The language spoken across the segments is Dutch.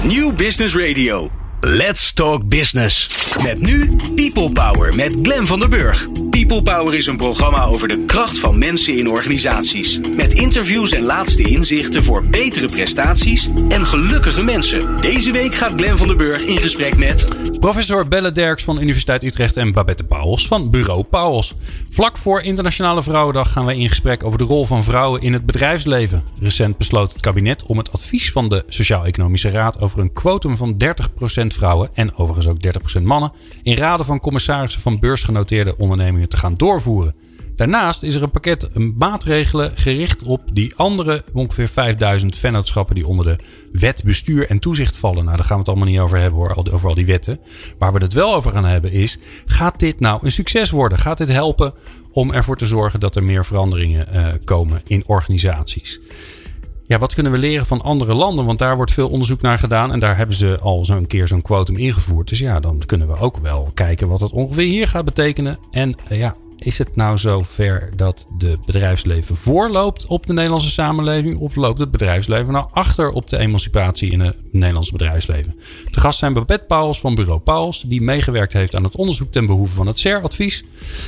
New Business Radio. Let's talk business. Met nu People Power met Glenn van der Burg. People Power is een programma over de kracht van mensen in organisaties. Met interviews en laatste inzichten voor betere prestaties en gelukkige mensen. Deze week gaat Glenn van der Burg in gesprek met professor Belle Derks van Universiteit Utrecht en Babette Pauwels van Bureau Pauwels. Vlak voor Internationale Vrouwendag gaan wij in gesprek over de rol van vrouwen in het bedrijfsleven. Recent besloot het kabinet om het advies van de Sociaal-Economische Raad over een quotum van 30% vrouwen en overigens ook 30% mannen in raden van commissarissen van beursgenoteerde ondernemingen te gaan doorvoeren. Daarnaast is er een pakket maatregelen gericht op die andere ongeveer 5000 vennootschappen die onder de wet bestuur en toezicht vallen. Nou, daar gaan we het allemaal niet over hebben hoor, over al die wetten. Waar we het wel over gaan hebben is, gaat dit nou een succes worden? Gaat dit helpen om ervoor te zorgen dat er meer veranderingen komen in organisaties? Ja, wat kunnen we leren van andere landen? Want daar wordt veel onderzoek naar gedaan. En daar hebben ze al zo'n keer zo'n quotum ingevoerd. Dus ja, dan kunnen we ook wel kijken wat het ongeveer hier gaat betekenen. En is het nou zo ver dat de bedrijfsleven voorloopt op de Nederlandse samenleving? Of loopt het bedrijfsleven nou achter op de emancipatie in het Nederlandse bedrijfsleven? De gast zijn Babette Pauwels van Bureau Pauwels. Die meegewerkt heeft aan het onderzoek ten behoeve van het CER-advies.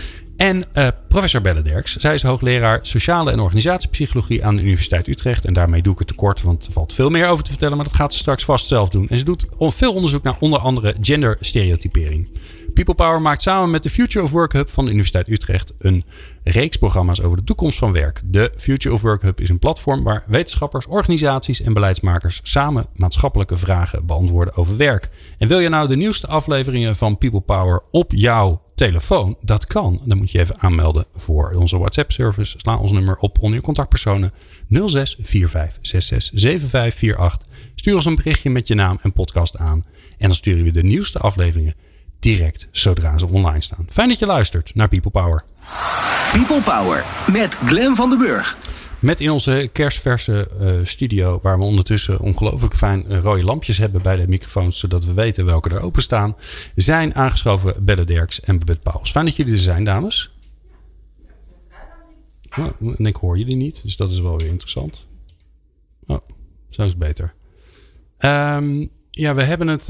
En professor Belle Derks. Zij is hoogleraar sociale en organisatiepsychologie aan de Universiteit Utrecht. En daarmee doe ik het tekort, want er valt veel meer over te vertellen. Maar dat gaat ze straks vast zelf doen. En ze doet veel onderzoek naar onder andere genderstereotypering. People Power maakt samen met de Future of Work Hub van de Universiteit Utrecht een reeks programma's over de toekomst van werk. De Future of Work Hub is een platform waar wetenschappers, organisaties en beleidsmakers samen maatschappelijke vragen beantwoorden over werk. En wil je nou de nieuwste afleveringen van People Power op jouw telefoon? Dat kan. Dan moet je even aanmelden voor onze WhatsApp service. Sla ons nummer op onder je contactpersonen 06 45 66 7548. Stuur ons een berichtje met je naam en podcast aan. En dan sturen we de nieuwste afleveringen direct zodra ze online staan. Fijn dat je luistert naar People Power. People Power met Glenn van der Burg. Met in onze kerstverse studio, waar we ondertussen ongelooflijk fijn rode lampjes hebben bij de microfoons, zodat we weten welke er openstaan, zijn aangeschoven Belle Derks en Babette Pauwels. Fijn dat jullie er zijn, dames. Oh, en ik hoor jullie niet, dus dat is wel weer interessant. Oh, zo is het beter. We hebben het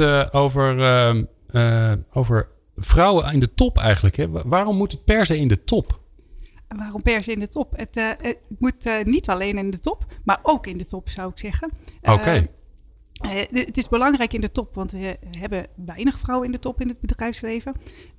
over vrouwen in de top eigenlijk. Hè? Waarom moet het per se in de top? Waarom per se in de top? Het moet niet alleen in de top, maar ook in de top zou ik zeggen. Oké. Het is belangrijk in de top, want we hebben weinig vrouwen in de top in het bedrijfsleven.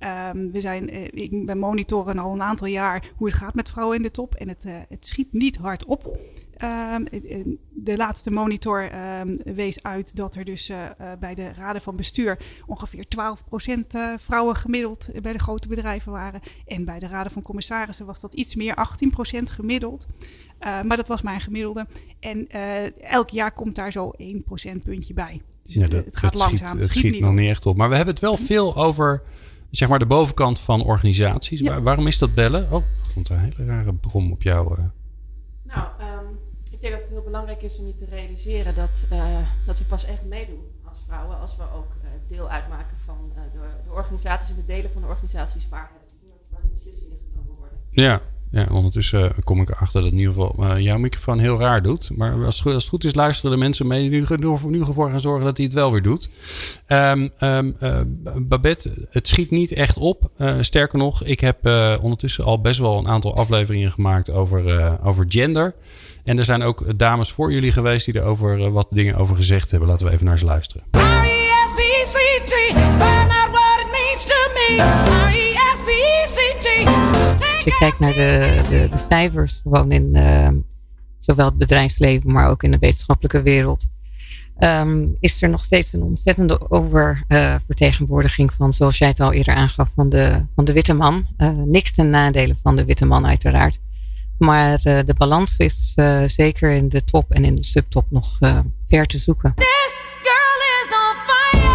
We monitoren al een aantal jaar hoe het gaat met vrouwen in de top en het schiet niet hard op. De laatste monitor wees uit dat er dus bij de raden van bestuur ongeveer 12% vrouwen gemiddeld bij de grote bedrijven waren. En bij de raden van commissarissen was dat iets meer, 18% gemiddeld. Maar dat was maar een gemiddelde. En elk jaar komt daar zo 1 procentpuntje bij. Dus het gaat langzaam. Het schiet niet nog niet echt op. Maar we hebben het wel veel over zeg maar de bovenkant van organisaties. Ja. Waarom is dat, Belle? Oh, er komt een hele rare brom op jou. Ik denk dat het heel belangrijk is om je te realiseren dat we pas echt meedoen als vrouwen. Als we ook deel uitmaken van de organisaties en de delen van de organisaties waar de beslissingen genomen worden. Ja, ondertussen kom ik erachter dat in ieder geval jouw microfoon heel raar doet. Maar als het goed is luisteren de mensen mee die nu ervoor gaan zorgen dat hij het wel weer doet. Babette, het schiet niet echt op. Sterker nog, ik heb ondertussen al best wel een aantal afleveringen gemaakt over gender. En er zijn ook dames voor jullie geweest die er over wat dingen over gezegd hebben. Laten we even naar ze luisteren. R-E-S-P-E-C-T, find out what it means to me. R-E-S-P-E-C-T. Als je kijkt naar de cijfers gewoon in zowel het bedrijfsleven, maar ook in de wetenschappelijke wereld, is er nog steeds een ontzettende oververtegenwoordiging van, zoals jij het al eerder aangaf, van de witte man. Niks ten nadele van de witte man uiteraard. Maar de balans is zeker in de top en in de subtop nog ver te zoeken. This girl is on fire.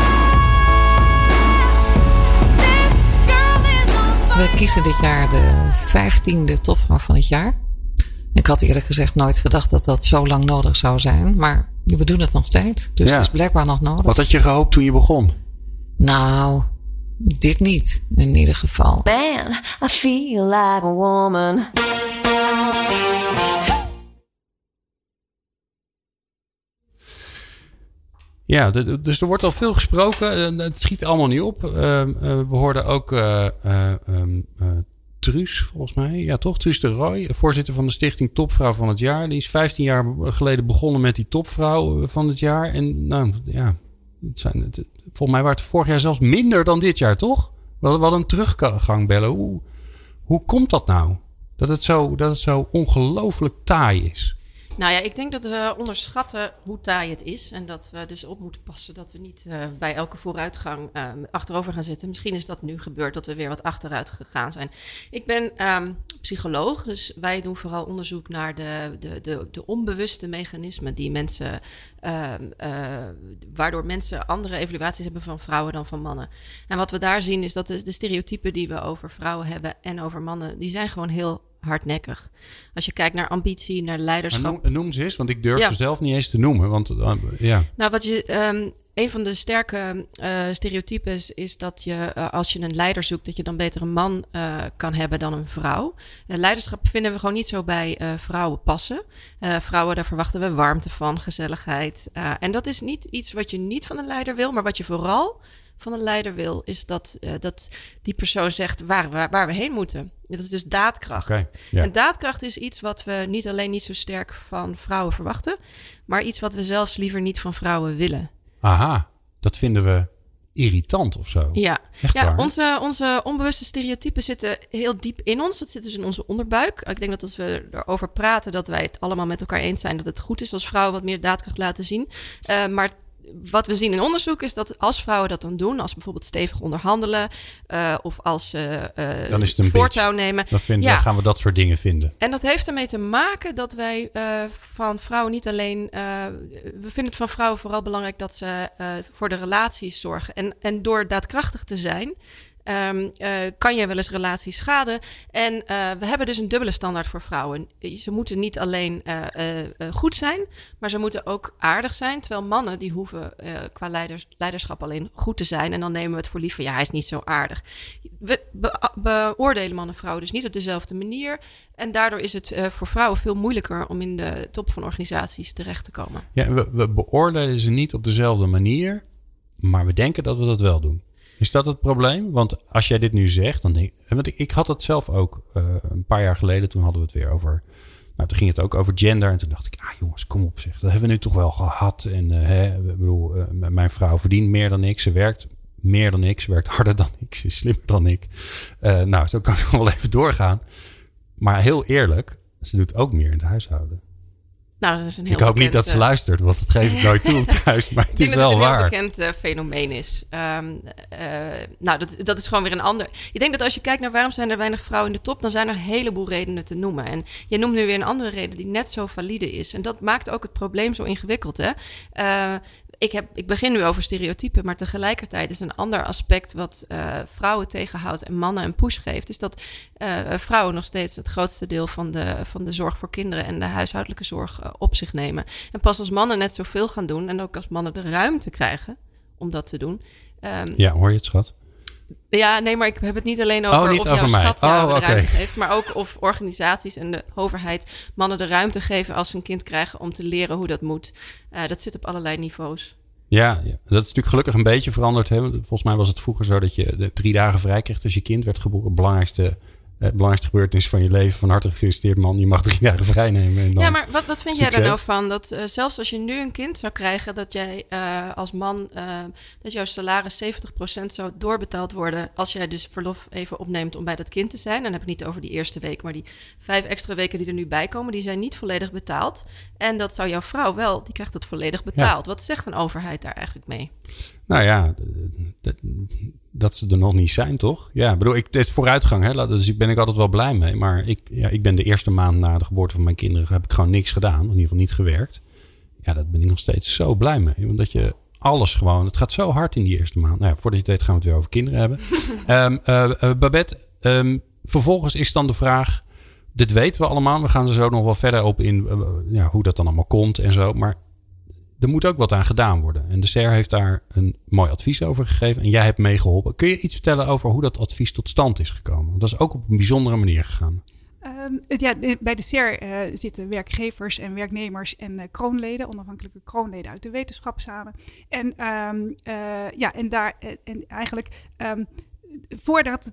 We kiezen dit jaar de 15e topvrouw van het jaar. Ik had eerlijk gezegd nooit gedacht dat dat zo lang nodig zou zijn. Maar we doen het nog steeds. Dus het is blijkbaar nog nodig. Wat had je gehoopt toen je begon? Nou, dit niet. In ieder geval. Man, I feel like a woman. Ja, dus er wordt al veel gesproken. Het schiet allemaal niet op. We hoorden ook Truus, volgens mij. Ja, toch? Truus de Rooij, voorzitter van de stichting Topvrouw van het Jaar. Die is 15 jaar geleden begonnen met die Topvrouw van het Jaar. En nou ja, volgens mij waren het vorig jaar zelfs minder dan dit jaar, toch? We hadden een teruggang, Belle. Hoe komt dat nou? Dat het zo ongelooflijk taai is. Nou ja, ik denk dat we onderschatten hoe taai het is. En dat we dus op moeten passen dat we niet bij elke vooruitgang achterover gaan zitten. Misschien is dat nu gebeurd, dat we weer wat achteruit gegaan zijn. Ik ben psycholoog, dus wij doen vooral onderzoek naar de onbewuste mechanismen die mensen... waardoor mensen andere evaluaties hebben van vrouwen dan van mannen. En wat we daar zien is dat de stereotypen die we over vrouwen hebben en over mannen, die zijn gewoon heel hardnekkig. Als je kijkt naar ambitie, naar leiderschap. Noem ze eens, want ik durf ze zelf niet eens te noemen. Want Nou, een van de sterke stereotypes is dat je, als je een leider zoekt, dat je dan beter een man kan hebben dan een vrouw. Leiderschap vinden we gewoon niet zo bij vrouwen passen. Vrouwen, daar verwachten we warmte van, gezelligheid. En dat is niet iets wat je niet van een leider wil, maar wat je vooral van een leider wil, is dat die persoon zegt waar we heen moeten. Dat is dus daadkracht. Okay, yeah. En daadkracht is iets wat we niet alleen niet zo sterk van vrouwen verwachten, maar iets wat we zelfs liever niet van vrouwen willen. Aha, dat vinden we irritant of zo. Ja, echt waar, onze onbewuste stereotypen zitten heel diep in ons. Dat zit dus in onze onderbuik. Ik denk dat als we erover praten, dat wij het allemaal met elkaar eens zijn dat het goed is als vrouwen wat meer daadkracht laten zien. Maar wat we zien in onderzoek is dat als vrouwen dat dan doen, als bijvoorbeeld stevig onderhandelen of als dan is het een voortouw nemen. Dan gaan we dat soort dingen vinden. En dat heeft ermee te maken dat wij van vrouwen niet alleen... we vinden het van vrouwen vooral belangrijk dat ze voor de relaties zorgen. En door daadkrachtig te zijn, kan je wel eens relaties schaden. En we hebben dus een dubbele standaard voor vrouwen. Ze moeten niet alleen goed zijn, maar ze moeten ook aardig zijn. Terwijl mannen, die hoeven qua leiderschap alleen goed te zijn. En dan nemen we het voor lief van, hij is niet zo aardig. We beoordelen mannen en vrouwen dus niet op dezelfde manier. En daardoor is het voor vrouwen veel moeilijker om in de top van organisaties terecht te komen. Ja, we beoordelen ze niet op dezelfde manier, maar we denken dat we dat wel doen. Is dat het probleem? Want als jij dit nu zegt, dan denk ik... Want ik had het zelf ook een paar jaar geleden. Toen hadden we het weer over... Nou, toen ging het ook over gender. En toen dacht ik, jongens, kom op zeg. Dat hebben we nu toch wel gehad. En ik bedoel, mijn vrouw verdient meer dan ik. Ze werkt meer dan ik. Ze werkt harder dan ik. Ze is slimmer dan ik. Nou, zo kan ik nog wel even doorgaan. Maar heel eerlijk, ze doet ook meer in het huishouden. Nou, dat is een heel ik hoop niet dat ze luistert, want dat geef ik nooit toe thuis. Maar het is wel waar. Ik denk dat het een heel bekend fenomeen is. Dat is gewoon weer een ander... Ik denk dat als je kijkt naar waarom zijn er weinig vrouwen in de top, dan zijn er een heleboel redenen te noemen. En je noemt nu weer een andere reden die net zo valide is. En dat maakt ook het probleem zo ingewikkeld, hè? Ik begin nu over stereotypen, maar tegelijkertijd is een ander aspect wat vrouwen tegenhoudt en mannen een push geeft, is dat vrouwen nog steeds het grootste deel van de zorg voor kinderen en de huishoudelijke zorg op zich nemen. En pas als mannen net zoveel gaan doen en ook als mannen de ruimte krijgen om dat te doen. Ja, hoor je het, schat? Ja, nee, maar ik heb het niet alleen over niet of over jouw schat jou de ruimte okay. geeft, maar ook of organisaties en de overheid mannen de ruimte geven als ze een kind krijgen om te leren hoe dat moet. Dat zit op allerlei niveaus. Ja, dat is natuurlijk gelukkig een beetje veranderd. Hè? Volgens mij was het vroeger zo dat je 3 dagen vrij kreeg als je kind werd geboren. Het belangrijkste gebeurtenis van je leven. Van harte gefeliciteerd, man. Je mag 3 dagen vrij nemen. En dan ja, maar wat vind jij er nou van? Dat zelfs als je nu een kind zou krijgen, dat jij als man, dat jouw salaris 70% zou doorbetaald worden als jij dus verlof even opneemt om bij dat kind te zijn. En dan heb ik niet over die eerste week, maar die 5 extra weken die er nu bij komen, die zijn niet volledig betaald. En dat zou jouw vrouw wel, die krijgt dat volledig betaald. Ja. Wat zegt een overheid daar eigenlijk mee? Nou ja, dat ze er nog niet zijn, toch? Ja, bedoel, het is vooruitgang, hè? Dus daar ben ik altijd wel blij mee. Maar ik ben de eerste maand na de geboorte van mijn kinderen, heb ik gewoon niks gedaan. In ieder geval niet gewerkt. Ja, daar ben ik nog steeds zo blij mee. Omdat je alles gewoon, het gaat zo hard in die eerste maand. Nou ja, voordat je het weet gaan we het weer over kinderen hebben. Babette, vervolgens is dan de vraag, dit weten we allemaal. We gaan er zo nog wel verder op in hoe dat dan allemaal komt en zo. Maar er moet ook wat aan gedaan worden. En de SER heeft daar een mooi advies over gegeven. En jij hebt meegeholpen. Kun je iets vertellen over hoe dat advies tot stand is gekomen? Want dat is ook op een bijzondere manier gegaan. Bij de SER zitten werkgevers en werknemers en kroonleden, onafhankelijke kroonleden uit de wetenschap samen. En eigenlijk voordat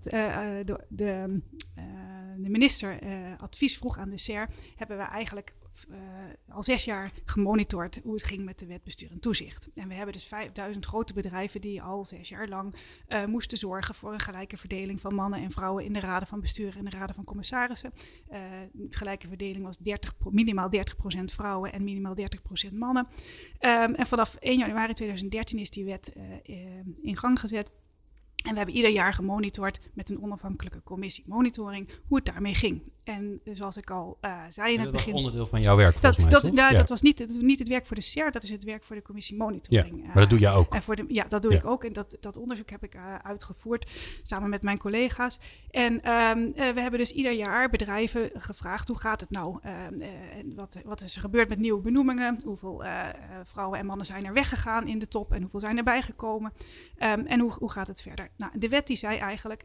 de minister advies vroeg aan de SER, hebben we eigenlijk al 6 jaar gemonitord hoe het ging met de wet bestuur en toezicht. En we hebben dus 5000 grote bedrijven die al 6 jaar lang moesten zorgen voor een gelijke verdeling van mannen en vrouwen in de raden van bestuur en de raden van commissarissen. Gelijke verdeling was minimaal 30% vrouwen en minimaal 30% mannen. En vanaf 1 januari 2013 is die wet in gang gezet. En we hebben ieder jaar gemonitord met een onafhankelijke commissie monitoring hoe het daarmee ging. En zoals ik al zei in het begin... Dat was onderdeel van jouw werk volgens mij, toch? Dat was niet het werk voor de SER, dat is het werk voor de commissie monitoring. Ja, maar dat doe jij ook. En dat doe ik ook. En dat onderzoek heb ik uitgevoerd samen met mijn collega's. En we hebben dus ieder jaar bedrijven gevraagd, hoe gaat het nou? Wat is er gebeurd met nieuwe benoemingen? Hoeveel vrouwen en mannen zijn er weggegaan in de top? En hoeveel zijn er bijgekomen? En hoe gaat het verder? Nou, de wet die zei eigenlijk,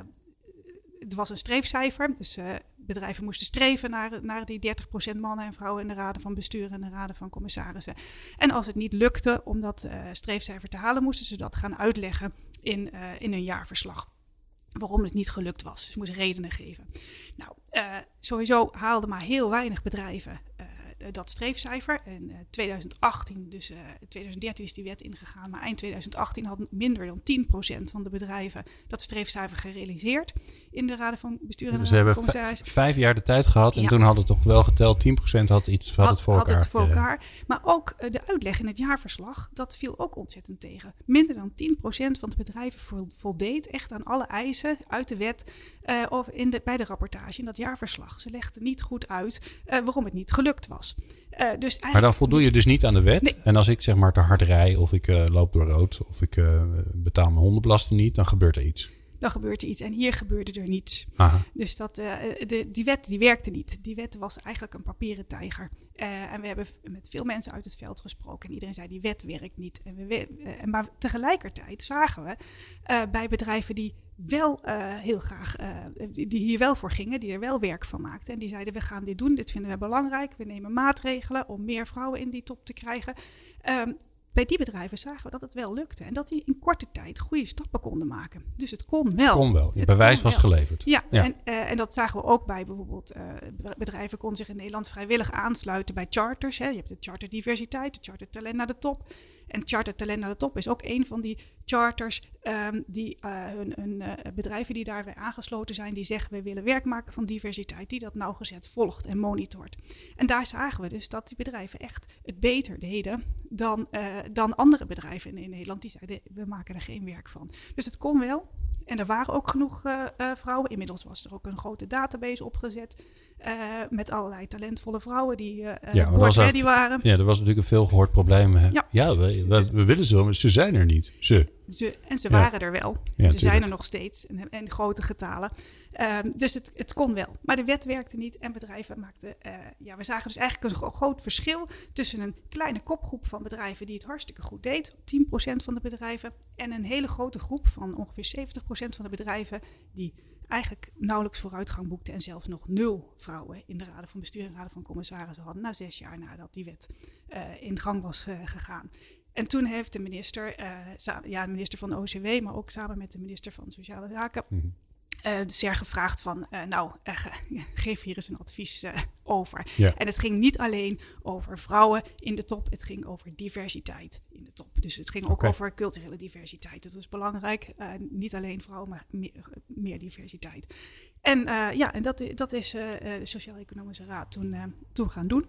het was een streefcijfer. Dus bedrijven moesten streven naar die 30% mannen en vrouwen in de raden van bestuur en de raden van commissarissen. En als het niet lukte om dat streefcijfer te halen, moesten ze dat gaan uitleggen in hun jaarverslag. Waarom het niet gelukt was. Ze moesten redenen geven. Nou, sowieso haalden maar heel weinig bedrijven dat streefcijfer. In 2018, dus 2013 is die wet ingegaan, maar eind 2018 had minder dan 10% van de bedrijven dat streefcijfer gerealiseerd in de raden van bestuur en de raden van commissarissen. Ze hebben 5 jaar de tijd gehad en toen had het toch wel geteld, 10% had het voor elkaar. Maar ook de uitleg in het jaarverslag, dat viel ook ontzettend tegen. Minder dan 10% van de bedrijven voldeed echt aan alle eisen uit de wet of bij de rapportage in dat jaarverslag. Ze legden niet goed uit waarom het niet gelukt was. Maar dan voldoe je dus niet aan de wet. Nee. En als ik zeg maar te hard rij of ik loop door rood of ik betaal mijn hondenbelasting niet, dan gebeurt er iets. Dan gebeurt er iets. En hier gebeurde er niets. Aha. Dus die wet die werkte niet. Die wet was eigenlijk een papieren tijger. En we hebben met veel mensen uit het veld gesproken. En iedereen zei, die wet werkt niet. Maar tegelijkertijd zagen we bij bedrijven die wel heel graag, die hier wel voor gingen, die er wel werk van maakten. En die zeiden, we gaan dit doen, dit vinden we belangrijk. We nemen maatregelen om meer vrouwen in die top te krijgen. Bij die bedrijven zagen we dat het wel lukte. En dat die in korte tijd goede stappen konden maken. Dus het kon wel. Het kon wel. Het bewijs was geleverd. Ja. En dat zagen we ook bij bijvoorbeeld bedrijven konden zich in Nederland vrijwillig aansluiten bij charters. Hè. Je hebt de charter diversiteit, de charter talent naar de top. En Charter Talent naar de Top is ook een van die charters die hun bedrijven die daarbij aangesloten zijn, die zeggen we willen werk maken van diversiteit, die dat nauwgezet volgt en monitort. En daar zagen we dus dat die bedrijven echt het beter deden dan andere bedrijven in Nederland die zeiden we maken er geen werk van. Dus het kon wel. En er waren ook genoeg vrouwen. Inmiddels was er ook een grote database opgezet met allerlei talentvolle vrouwen die board ready waren. Ja, er was natuurlijk een veel gehoord probleem. Ja, we willen ze wel, maar ze zijn er niet. Ze waren er wel. Ja, ze zijn er nog steeds in grote getalen. Dus het kon wel. Maar de wet werkte niet en bedrijven maakten... we zagen dus eigenlijk een groot verschil tussen een kleine kopgroep van bedrijven die het hartstikke goed deed, 10% van de bedrijven, en een hele grote groep van ongeveer 70% van de bedrijven die eigenlijk nauwelijks vooruitgang boekten en zelfs nog 0 vrouwen in de raden van bestuur en raden van commissarissen hadden na 6 jaar nadat die wet in gang was gegaan. En toen heeft de minister, de minister van de OCW, maar ook samen met de minister van Sociale Zaken, de SER gevraagd van, geef hier eens een advies over. Ja. En het ging niet alleen over vrouwen in de top, het ging over diversiteit in de top. Dus het ging ook over culturele diversiteit. Dat is belangrijk. Niet alleen vrouwen, maar meer diversiteit. En dat is de Sociaal-Economische Raad toen gaan doen.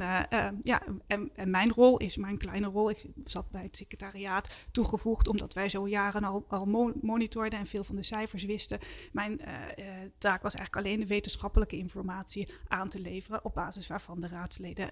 En mijn rol is mijn kleine rol. Ik zat bij het secretariaat toegevoegd, omdat wij zo jaren al monitorden en veel van de cijfers wisten. Mijn taak was eigenlijk alleen de wetenschappelijke informatie aan te leveren, op basis waarvan de raadsleden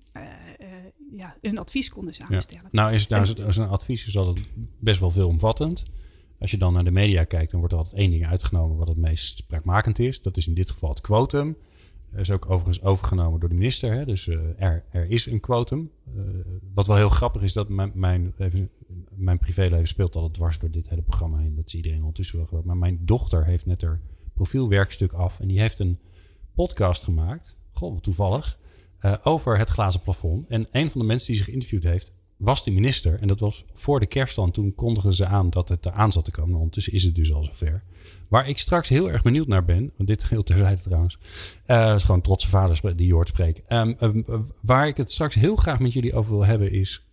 hun advies konden samenstellen. Ja. Nou, een advies is altijd best wel veelomvattend. Als je dan naar de media kijkt, dan wordt er altijd 1 ding uitgenomen wat het meest spraakmakend is. Dat is in dit geval het quotum. Dat is ook overigens overgenomen door de minister. Hè? Dus er is een quotum. Wat wel heel grappig is, dat mijn privéleven speelt altijd dwars door dit hele programma heen. Dat is iedereen ondertussen wel gewoon. Maar mijn dochter heeft net haar profielwerkstuk af. En die heeft een podcast gemaakt. Goh, toevallig. Over het glazen plafond. En een van de mensen die zich geïnterviewd heeft, was de minister. En dat was voor de kerst dan. Toen kondigden ze aan dat het eraan zat te komen. Ondertussen is het dus al zover. Waar ik straks heel erg benieuwd naar ben. Want dit heel terzijde trouwens. Het is gewoon trotse vaders die je hoort spreken. Waar ik het straks heel graag met jullie over wil hebben is.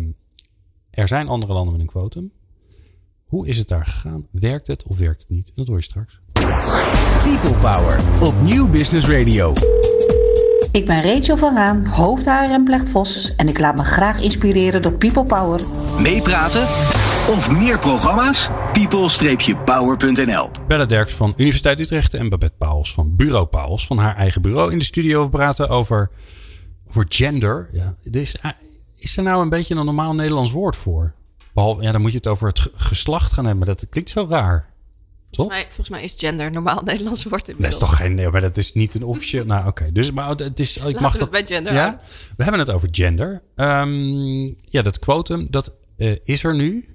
Er zijn andere landen met een quotum. Hoe is het daar gegaan? Werkt het of werkt het niet? En dat hoor je straks. People Power op Nieuw Business Radio. Ik ben Rachel van Raan, hoofd-HR en Plecht Vos en ik laat me graag inspireren door People Power. Meepraten of meer programma's? people-power.nl. Belle Derks van Universiteit Utrecht en Babette Pauwels van Bureau Pauwels van haar eigen bureau in de studio. We praten over gender. Ja, is er nou een beetje een normaal Nederlands woord voor? Behalve, dan moet je het over het geslacht gaan hebben. Maar dat klinkt zo raar. Toch? Volgens mij is gender normaal Nederlands woord inmiddels. Dat is toch geen... Nee, maar dat is niet een officieel... Nou, oké. Dus, maar het is... Ik mag dat bij gender. Ja, we hebben het over gender. Dat quotum, dat is er nu.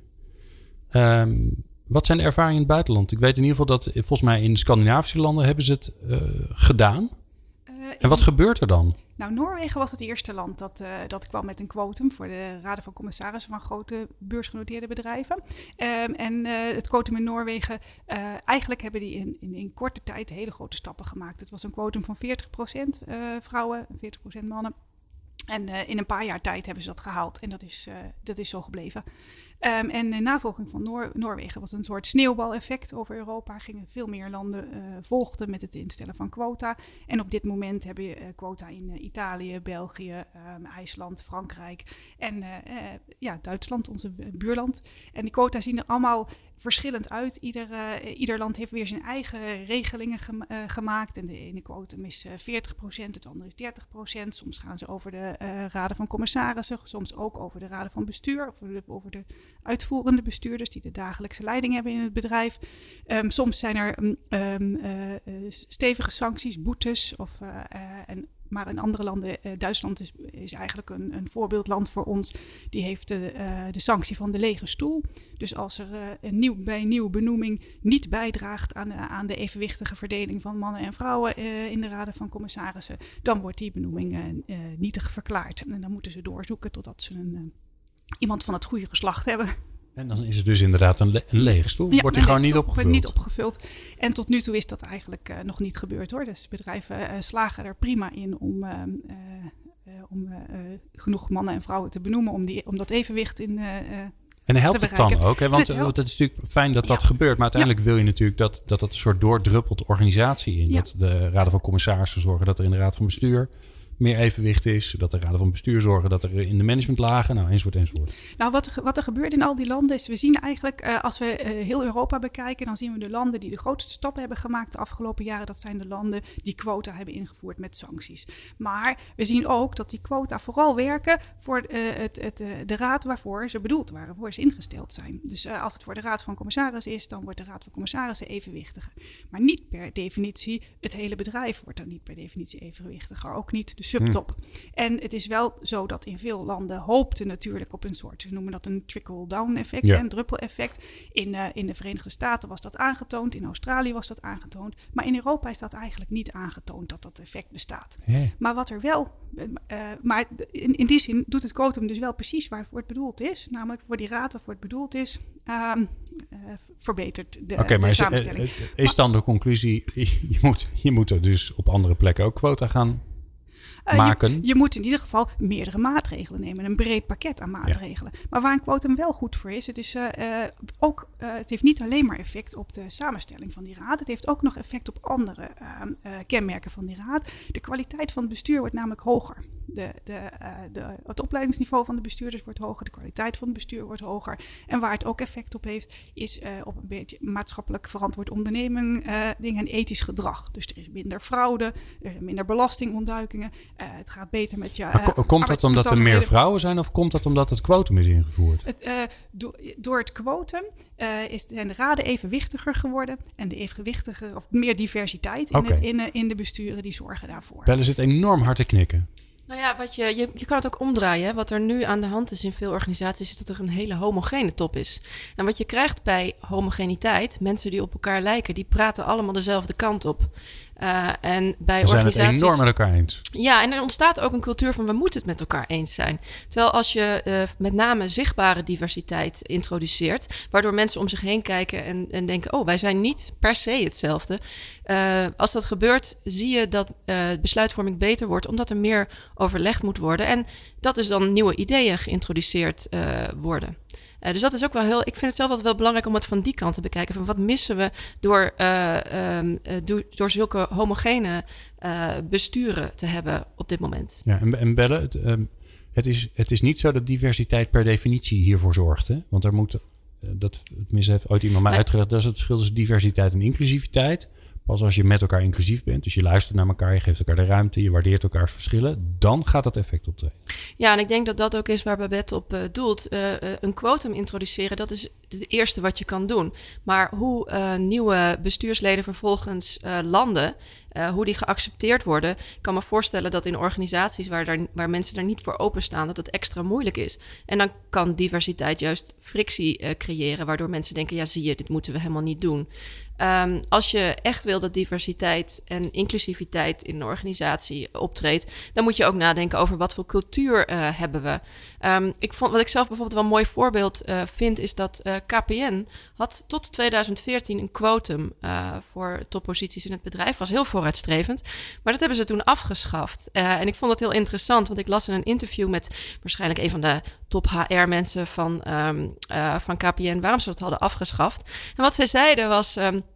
Wat zijn de ervaringen in het buitenland? Ik weet in ieder geval dat volgens mij in Scandinavische landen hebben ze het gedaan. En wat gebeurt er dan? Nou, Noorwegen was het eerste land dat kwam met een quotum voor de raden van commissarissen van grote beursgenoteerde bedrijven. Het quotum in Noorwegen, eigenlijk hebben die in korte tijd hele grote stappen gemaakt. Het was een quotum van 40% vrouwen, 40% mannen. En in een paar jaar tijd hebben ze dat gehaald en dat is zo gebleven. En in navolging van Noorwegen was een soort sneeuwbaleffect over Europa. Gingen veel meer landen volgden met het instellen van quota. En op dit moment heb je quota in Italië, België, IJsland, Frankrijk en Duitsland, onze buurland. En die quota zien er allemaal verschillend uit. Ieder land heeft weer zijn eigen regelingen gemaakt. En de ene quotum is 40%, het andere is 30%. Soms gaan ze over de raden van commissarissen, soms ook over de raden van bestuur, of over de uitvoerende bestuurders die de dagelijkse leiding hebben in het bedrijf. Soms zijn er stevige sancties, boetes. Maar in andere landen, Duitsland is eigenlijk een voorbeeldland voor ons. Die heeft de sanctie van de lege stoel. Dus als er bij een nieuwe benoeming niet bijdraagt aan de evenwichtige verdeling van mannen en vrouwen in de raden van commissarissen, dan wordt die benoeming nietig verklaard. En dan moeten ze doorzoeken totdat ze iemand van het goede geslacht hebben. En dan is het dus inderdaad een lege stoel. Wordt die gewoon niet opgevuld? Wordt niet opgevuld. En tot nu toe is dat eigenlijk nog niet gebeurd hoor. Dus bedrijven slagen er prima in om genoeg mannen en vrouwen te benoemen om dat evenwicht in en helpt het dan ook? Hè? Want het is natuurlijk fijn dat dat gebeurt. Maar uiteindelijk wil je natuurlijk dat een soort doordruppelt organisatie in. Ja. Dat de raden van commissarissen zorgen dat er in de raad van bestuur meer evenwicht is. Dat de raden van bestuur zorgen dat er in de managementlagen, enzovoort. Nou, wat er gebeurt in al die landen is, we zien eigenlijk, als we heel Europa bekijken, dan zien we de landen die de grootste stappen hebben gemaakt de afgelopen jaren. Dat zijn de landen die quota hebben ingevoerd met sancties. Maar we zien ook dat die quota vooral werken voor de raad waarvoor ze bedoeld waren, waarvoor ze ingesteld zijn. Dus als het voor de raad van commissarissen is, dan wordt de raad van commissarissen evenwichtiger. Maar niet per definitie, het hele bedrijf wordt dan niet per definitie evenwichtiger. Ook niet de subtop. En het is wel zo dat in veel landen hoopten natuurlijk op een soort, we noemen dat een trickle-down effect, een druppeleffect. In de Verenigde Staten was dat aangetoond, in Australië was dat aangetoond, maar in Europa is dat eigenlijk niet aangetoond dat effect bestaat. Maar wat er wel, maar in die zin doet het quotum dus wel precies waarvoor het bedoeld is, namelijk voor die raad waarvoor het bedoeld is, verbetert de samenstelling. Is dan de conclusie, je moet er dus op andere plekken ook quota gaan maken? Je moet in ieder geval meerdere maatregelen nemen. Een breed pakket aan maatregelen. Ja. Maar waar een quotum wel goed voor is, het heeft niet alleen maar effect op de samenstelling van die raad. Het heeft ook nog effect op andere kenmerken van die raad. De kwaliteit van het bestuur wordt namelijk hoger. Het opleidingsniveau van de bestuurders wordt hoger. De kwaliteit van het bestuur wordt hoger. En waar het ook effect op heeft, is op een beetje maatschappelijk verantwoord onderneming en ethisch gedrag. Dus er is minder fraude, er zijn minder belastingontduikingen. Het gaat beter met je. Komt dat omdat er meer vrouwen zijn of komt dat omdat het quotum is ingevoerd? Door het quotum zijn de raden evenwichtiger geworden. En de evenwichtiger of meer diversiteit in de besturen die zorgen daarvoor. Belle zit enorm hard te knikken. Nou ja, je kan het ook omdraaien. Hè? Wat er nu aan de hand is in veel organisaties, is dat er een hele homogene top is. En wat je krijgt bij homogeniteit, mensen die op elkaar lijken, die praten allemaal dezelfde kant op. En bij we zijn organisaties... het enorm met elkaar eens. Ja, en er ontstaat ook een cultuur van we moeten het met elkaar eens zijn. Terwijl als je met name zichtbare diversiteit introduceert, waardoor mensen om zich heen kijken en denken, oh, wij zijn niet per se hetzelfde. Als dat gebeurt, zie je dat besluitvorming beter wordt, omdat er meer overlegd moet worden. En dat is dan nieuwe ideeën geïntroduceerd worden. Dus dat is ook wel heel... Ik vind het zelf altijd wel belangrijk om het van die kant te bekijken. Van wat missen we door zulke homogene besturen te hebben op dit moment. Ja, en Belle, het is niet zo dat diversiteit per definitie hiervoor zorgt. Hè? Want er moet... tenminste heeft ooit iemand mij uitgelegd. Dat is het verschil tussen diversiteit en inclusiviteit. Pas als je met elkaar inclusief bent, dus je luistert naar elkaar, je geeft elkaar de ruimte, je waardeert elkaars verschillen, dan gaat dat effect optreden. Ja, en ik denk dat dat ook is waar Babette op doelt. Een quotum introduceren, dat is het eerste wat je kan doen. Maar hoe nieuwe bestuursleden vervolgens landen, hoe die geaccepteerd worden, ik kan me voorstellen dat in organisaties waar mensen daar niet voor openstaan, dat het extra moeilijk is. En dan kan diversiteit juist frictie creëren, waardoor mensen denken, ja zie je, dit moeten we helemaal niet doen. Als je echt wil dat diversiteit en inclusiviteit in een organisatie optreedt, dan moet je ook nadenken over wat voor cultuur hebben we. Wat ik zelf bijvoorbeeld wel een mooi voorbeeld vind, is dat KPN had tot 2014 een quotum voor topposities in het bedrijf. Was heel vooruitstrevend, maar dat hebben ze toen afgeschaft. En ik vond dat heel interessant, want ik las in een interview met waarschijnlijk een van de top HR-mensen van KPN waarom ze dat hadden afgeschaft. En wat zij zeiden was...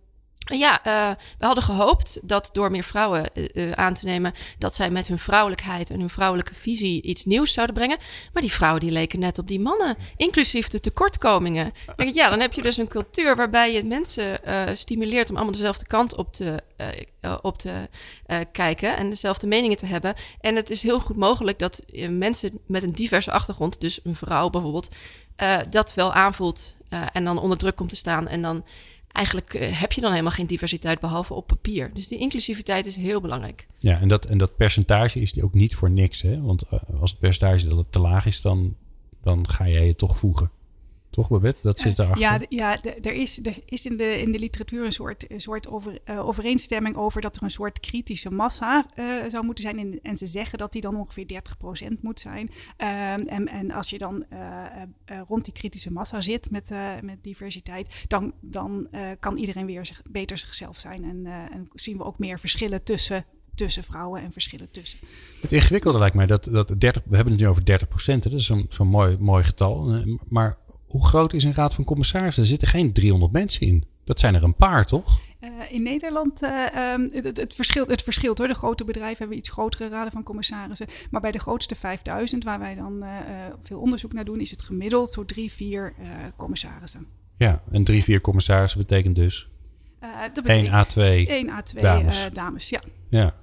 we hadden gehoopt dat door meer vrouwen aan te nemen, dat zij met hun vrouwelijkheid en hun vrouwelijke visie iets nieuws zouden brengen. Maar die vrouwen die leken net op die mannen, inclusief de tekortkomingen. Dan heb je dus een cultuur waarbij je mensen stimuleert om allemaal dezelfde kant op te kijken en dezelfde meningen te hebben. En het is heel goed mogelijk dat mensen met een diverse achtergrond, dus een vrouw bijvoorbeeld, dat wel aanvoelt en dan onder druk komt te staan en dan... Eigenlijk heb je dan helemaal geen diversiteit behalve op papier. Dus die inclusiviteit is heel belangrijk. Ja, en dat percentage is ook niet voor niks. Hè? Want als het percentage te laag is, dan ga jij je toch voegen. Toch, Babette? Dat zit erachter. Er is in de literatuur een soort overeenstemming over dat er een soort kritische massa zou moeten zijn. En ze zeggen dat die dan ongeveer 30% moet zijn. En als je dan rond die kritische massa zit met diversiteit, dan kan iedereen weer beter zichzelf zijn. En zien we ook meer verschillen tussen vrouwen en verschillen tussen. Het ingewikkelde lijkt mij dat 30, we hebben het nu over 30%. Hè? Dat is zo'n mooi getal. Maar hoe groot is een raad van commissarissen? Er zitten geen 300 mensen in. Dat zijn er een paar, toch? In Nederland, het verschilt hoor. De grote bedrijven hebben iets grotere raden van commissarissen. Maar bij de grootste 5000, waar wij dan veel onderzoek naar doen, is het gemiddeld zo 3-4 commissarissen. Ja, en 3-4 commissarissen betekent dus 1 A2 dames. Ja.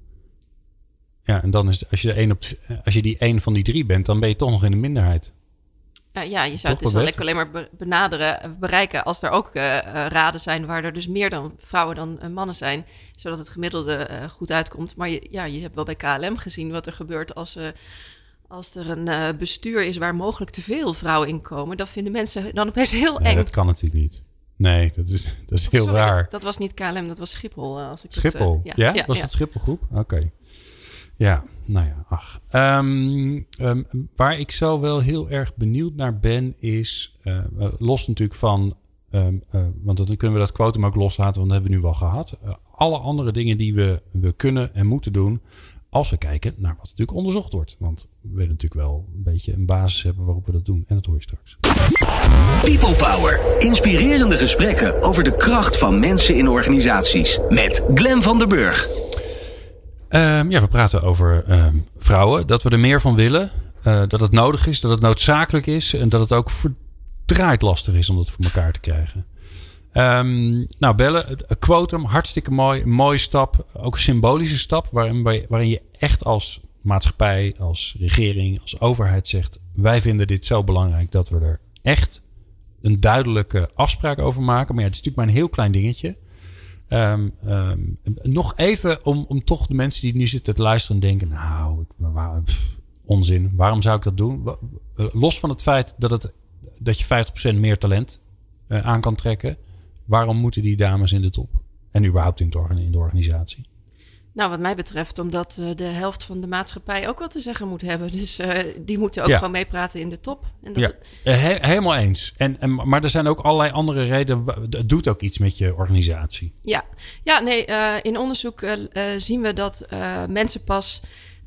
Ja, en dan is als je die 1 van die 3 bent, dan ben je toch nog in de minderheid. Je zou het dus wel alleen maar bereiken als er ook raden zijn waar er dus meer dan vrouwen dan mannen zijn, zodat het gemiddelde goed uitkomt. Maar je hebt wel bij KLM gezien wat er gebeurt als er een bestuur is waar mogelijk te veel vrouwen in komen. Dat vinden mensen dan opeens heel eng. Dat kan natuurlijk niet. Nee, dat is heel raar. Dat was niet KLM, dat was Schiphol. Schiphol? Was het Schipholgroep? Oké. Ja, nou ja, ach. Waar ik zo wel heel erg benieuwd naar ben is, los natuurlijk van, want dan kunnen we dat quotum ook loslaten, want dat hebben we nu wel gehad. Alle andere dingen die we kunnen en moeten doen, als we kijken naar wat natuurlijk onderzocht wordt. Want we willen natuurlijk wel een beetje een basis hebben waarop we dat doen. En dat hoor je straks. People Power. Inspirerende gesprekken over de kracht van mensen in organisaties. Met Glen van der Burg. We praten over vrouwen. Dat we er meer van willen. Dat het nodig is. Dat het noodzakelijk is. En dat het ook verdraaid lastig is om dat voor elkaar te krijgen. Belle, een quotum, hartstikke mooi. Een mooie stap. Ook een symbolische stap. Waarin je echt als maatschappij, als regering, als overheid zegt, wij vinden dit zo belangrijk dat we er echt een duidelijke afspraak over maken. Maar het is natuurlijk maar een heel klein dingetje. Nog even om toch de mensen die nu zitten te luisteren denken, onzin. Waarom zou ik dat doen? Los van het feit dat je 50% meer talent aan kan trekken. Waarom moeten die dames in de top? En überhaupt in de organisatie? Nou, wat mij betreft, omdat de helft van de maatschappij ook wat te zeggen moet hebben. Dus die moeten ook gewoon meepraten in de top. En dat helemaal eens. Maar er zijn ook allerlei andere redenen. Het doet ook iets met je organisatie. In onderzoek zien we dat mensen pas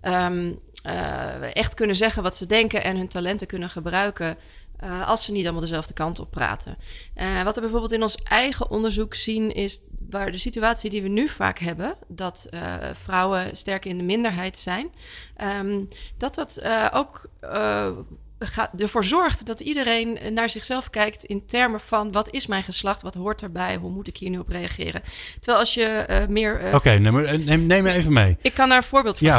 echt kunnen zeggen wat ze denken en hun talenten kunnen gebruiken als ze niet allemaal dezelfde kant op praten. Wat we bijvoorbeeld in ons eigen onderzoek zien is waar de situatie die we nu vaak hebben, dat vrouwen sterk in de minderheid zijn, dat ook ervoor zorgt dat iedereen naar zichzelf kijkt in termen van wat is mijn geslacht, wat hoort erbij, hoe moet ik hier nu op reageren. Terwijl als je meer... Oké, neem me even mee. Ik kan daar een voorbeeld van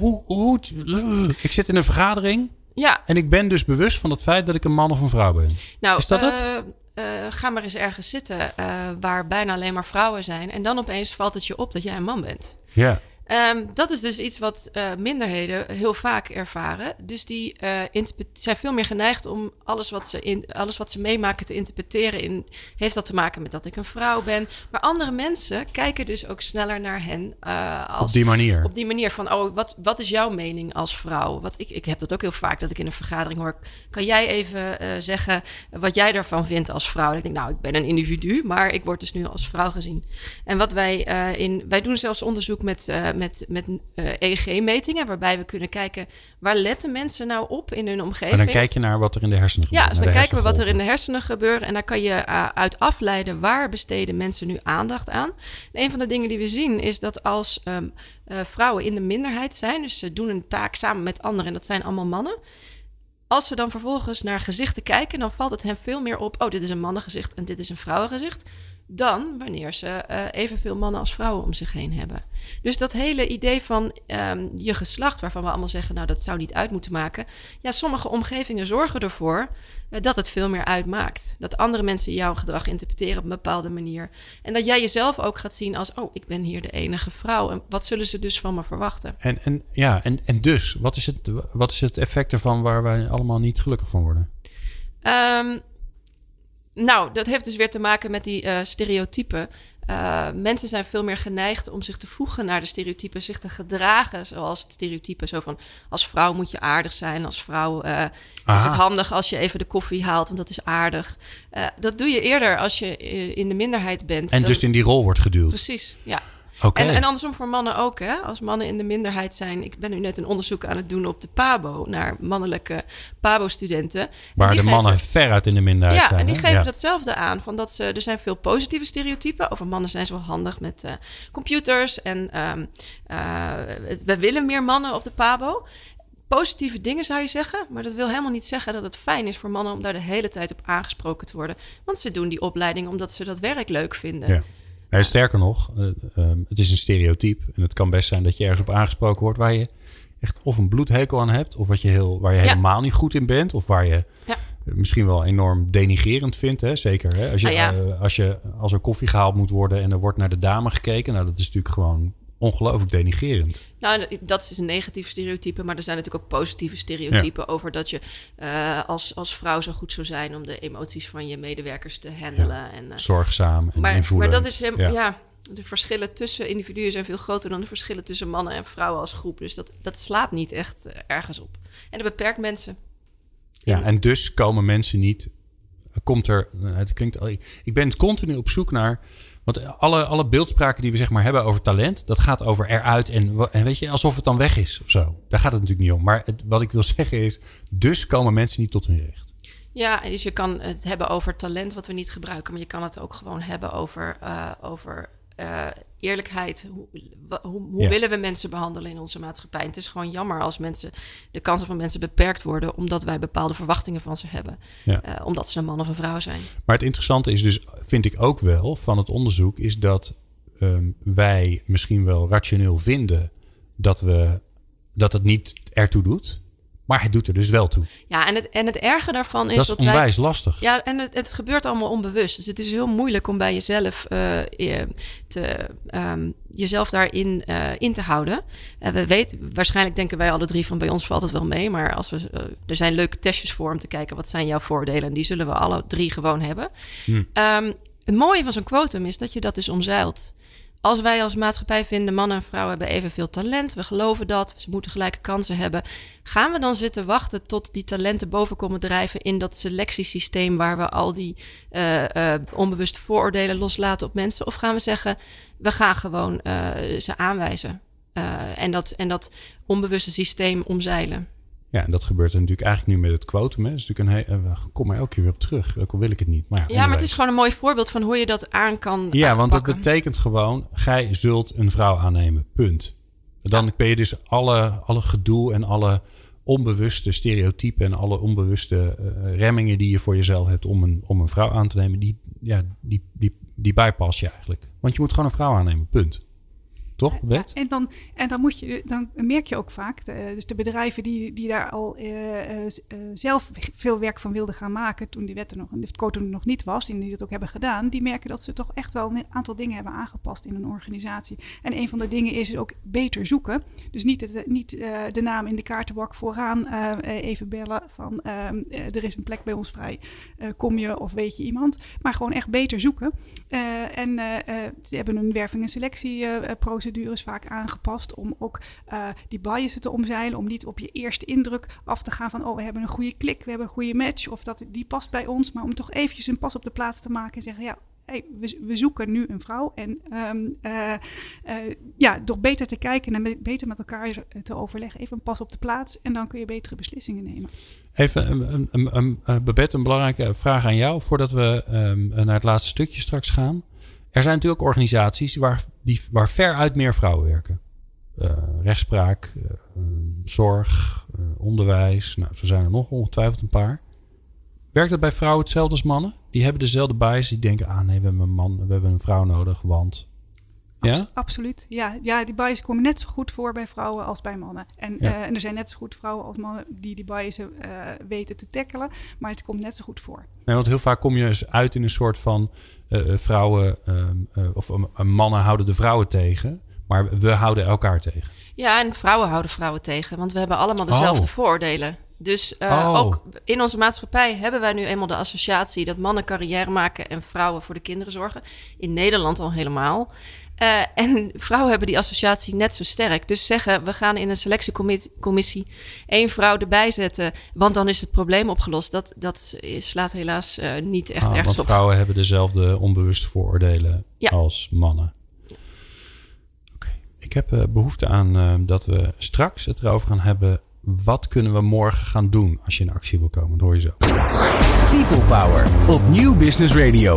geven. Ik zit in een vergadering Ja. En ik ben dus bewust van het feit dat ik een man of een vrouw ben. Nou, is dat het? Ga maar eens ergens zitten waar bijna alleen maar vrouwen zijn. En dan opeens valt het je op dat jij een man bent. Ja. Dat is dus iets wat minderheden heel vaak ervaren. Dus die zijn veel meer geneigd om alles wat ze meemaken te interpreteren. Heeft dat te maken met dat ik een vrouw ben. Maar andere mensen kijken dus ook sneller naar hen. Op die manier? Op die manier van, wat is jouw mening als vrouw? Ik heb dat ook heel vaak, dat ik in een vergadering hoor. Kan jij even zeggen wat jij daarvan vindt als vrouw? En ik denk, ik ben een individu, maar ik word dus nu als vrouw gezien. En wat wij doen zelfs onderzoek met EEG-metingen, waarbij we kunnen kijken waar letten mensen nou op in hun omgeving. En dan kijk je naar wat er in de hersenen gebeurt. Ja, dus dan kijken we wat er in de hersenen gebeurt en daar kan je uit afleiden waar besteden mensen nu aandacht aan. En een van de dingen die we zien is dat als vrouwen in de minderheid zijn, dus ze doen een taak samen met anderen en dat zijn allemaal mannen. Als ze dan vervolgens naar gezichten kijken, dan valt het hen veel meer op, dit is een mannengezicht en dit is een vrouwengezicht, dan wanneer ze evenveel mannen als vrouwen om zich heen hebben. Dus dat hele idee van je geslacht, waarvan we allemaal zeggen, dat zou niet uit moeten maken. Ja, sommige omgevingen zorgen ervoor dat het veel meer uitmaakt. Dat andere mensen jouw gedrag interpreteren op een bepaalde manier. En dat jij jezelf ook gaat zien als, ik ben hier de enige vrouw. En wat zullen ze dus van me verwachten? En dus, wat is het effect ervan waar wij allemaal niet gelukkig van worden? Dat heeft dus weer te maken met die stereotypen. Mensen zijn veel meer geneigd om zich te voegen naar de stereotypen, zich te gedragen zoals het stereotype. Zo van, als vrouw moet je aardig zijn. Als vrouw is het handig als je even de koffie haalt, want dat is aardig. Dat doe je eerder als je in de minderheid bent. En dus in die rol wordt geduwd. Precies, ja. Okay. En andersom voor mannen ook. Hè? Als mannen in de minderheid zijn. Ik ben nu net een onderzoek aan het doen op de PABO. Naar mannelijke PABO-studenten. Waar de mannen veruit in de minderheid zijn. Ja, en die geven datzelfde aan. Van dat er zijn veel positieve stereotypen. Over mannen zijn zo handig met computers. En we willen meer mannen op de PABO. Positieve dingen zou je zeggen. Maar dat wil helemaal niet zeggen dat het fijn is voor mannen om daar de hele tijd op aangesproken te worden. Want ze doen die opleiding omdat ze dat werk leuk vinden. Ja. Nee, sterker nog, het is een stereotype. En het kan best zijn dat je ergens op aangesproken wordt waar je echt of een bloedhekel aan hebt. Of waar je helemaal niet goed in bent. Of waar je misschien wel enorm denigrerend vindt. Hè? Zeker hè? Als er koffie gehaald moet worden en er wordt naar de dame gekeken. Dat is natuurlijk gewoon ongelooflijk denigrerend. Nou, dat is een negatief stereotype, maar er zijn natuurlijk ook positieve stereotypen over dat je als vrouw zo goed zou zijn om de emoties van je medewerkers te handelen. Ja, en, zorgzaam en invoelend. Maar dat is de verschillen tussen individuen zijn veel groter dan de verschillen tussen mannen en vrouwen als groep. Dus dat slaat niet echt ergens op. En dat beperkt mensen. Ja, en dus komen mensen niet... Ik ben continu op zoek naar... Want alle beeldspraken die we zeg maar hebben over talent, dat gaat over eruit en weet je, alsof het dan weg is of zo. Daar gaat het natuurlijk niet om. Maar wat ik wil zeggen is, dus komen mensen niet tot hun recht. Ja, en dus je kan het hebben over talent wat we niet gebruiken, maar je kan het ook gewoon hebben over eerlijkheid. Hoe willen we mensen behandelen in onze maatschappij? En het is gewoon jammer als de kansen van mensen beperkt worden omdat wij bepaalde verwachtingen van ze hebben. Ja. Omdat ze een man of een vrouw zijn. Maar het interessante is dus, vind ik ook wel, van het onderzoek, is dat wij misschien wel rationeel vinden dat het niet ertoe doet. Maar het doet er dus wel toe. Ja, en het erge daarvan is... Dat is onwijs lastig. Ja, en het gebeurt allemaal onbewust. Dus het is heel moeilijk om bij jezelf jezelf daarin in te houden. Waarschijnlijk denken wij alle drie van bij ons valt het wel mee. Maar er zijn leuke testjes voor om te kijken wat zijn jouw voordelen. En die zullen we alle drie gewoon hebben. Het mooie van zo'n quotum is dat je dat dus omzeilt. Als wij als maatschappij vinden, mannen en vrouwen hebben evenveel talent, we geloven dat, ze moeten gelijke kansen hebben, gaan we dan zitten wachten tot die talenten boven komen drijven in dat selectiesysteem waar we al die onbewuste vooroordelen loslaten op mensen? Of gaan we zeggen, we gaan gewoon ze aanwijzen en dat onbewuste systeem omzeilen? Ja, en dat gebeurt natuurlijk eigenlijk nu met het quotum. Hè. Dat is natuurlijk kom maar elke keer weer op terug. Ook al wil ik het niet. Maar maar het is gewoon een mooi voorbeeld van hoe je dat aan kan want het betekent gewoon, gij zult een vrouw aannemen. Punt. Dan ben je dus alle gedoe en alle onbewuste stereotypen en alle onbewuste remmingen die je voor jezelf hebt om een vrouw aan te nemen, die bypass je eigenlijk. Want je moet gewoon een vrouw aannemen. Punt. Toch? Ja, en dan merk je ook vaak, dus de bedrijven die daar al zelf veel werk van wilden gaan maken toen die wet het quotum nog niet was, en die dat ook hebben gedaan, die merken dat ze toch echt wel een aantal dingen hebben aangepast in een organisatie. En een van de dingen is ook beter zoeken. Dus niet de naam in de kaartenbak vooraan even bellen van er is een plek bij ons vrij. Kom je of weet je iemand? Maar gewoon echt beter zoeken. Ze hebben een werving- en selectieprocedures vaak aangepast om ook die biasen te omzeilen, om niet op je eerste indruk af te gaan van we hebben een goede klik, we hebben een goede match of die past bij ons, maar om toch eventjes een pas op de plaats te maken en zeggen we zoeken nu een vrouw en door beter te kijken en beter met elkaar te overleggen, even een pas op de plaats en dan kun je betere beslissingen nemen. Even, Babette, een belangrijke vraag aan jou voordat we naar het laatste stukje straks gaan. Er zijn natuurlijk organisaties waar veruit meer vrouwen werken. Rechtspraak, zorg, onderwijs. Nou, zo zijn er nog ongetwijfeld een paar. Werkt dat bij vrouwen hetzelfde als mannen? Die hebben dezelfde bias. Die denken, we hebben een vrouw nodig, want... Ja? Absoluut. Ja, die bias komen net zo goed voor bij vrouwen als bij mannen. En er zijn net zo goed vrouwen als mannen die biasen weten te tackelen. Maar het komt net zo goed voor. Nee, want heel vaak kom je dus uit in een soort van vrouwen... mannen houden de vrouwen tegen. Maar we houden elkaar tegen. Ja, en vrouwen houden vrouwen tegen. Want we hebben allemaal dezelfde vooroordelen. Dus ook in onze maatschappij hebben wij nu eenmaal de associatie... dat mannen carrière maken en vrouwen voor de kinderen zorgen. In Nederland al helemaal. En vrouwen hebben die associatie net zo sterk. Dus zeggen, we gaan in een selectiecommissie 1 vrouw erbij zetten... want dan is het probleem opgelost. Dat slaat helaas niet echt ergens want op. Vrouwen hebben dezelfde onbewuste vooroordelen als mannen. Oké. Ik heb behoefte aan dat we straks het erover gaan hebben... wat kunnen we morgen gaan doen als je in actie wil komen? Dat hoor je zo. People Power op Nieuw Business Radio.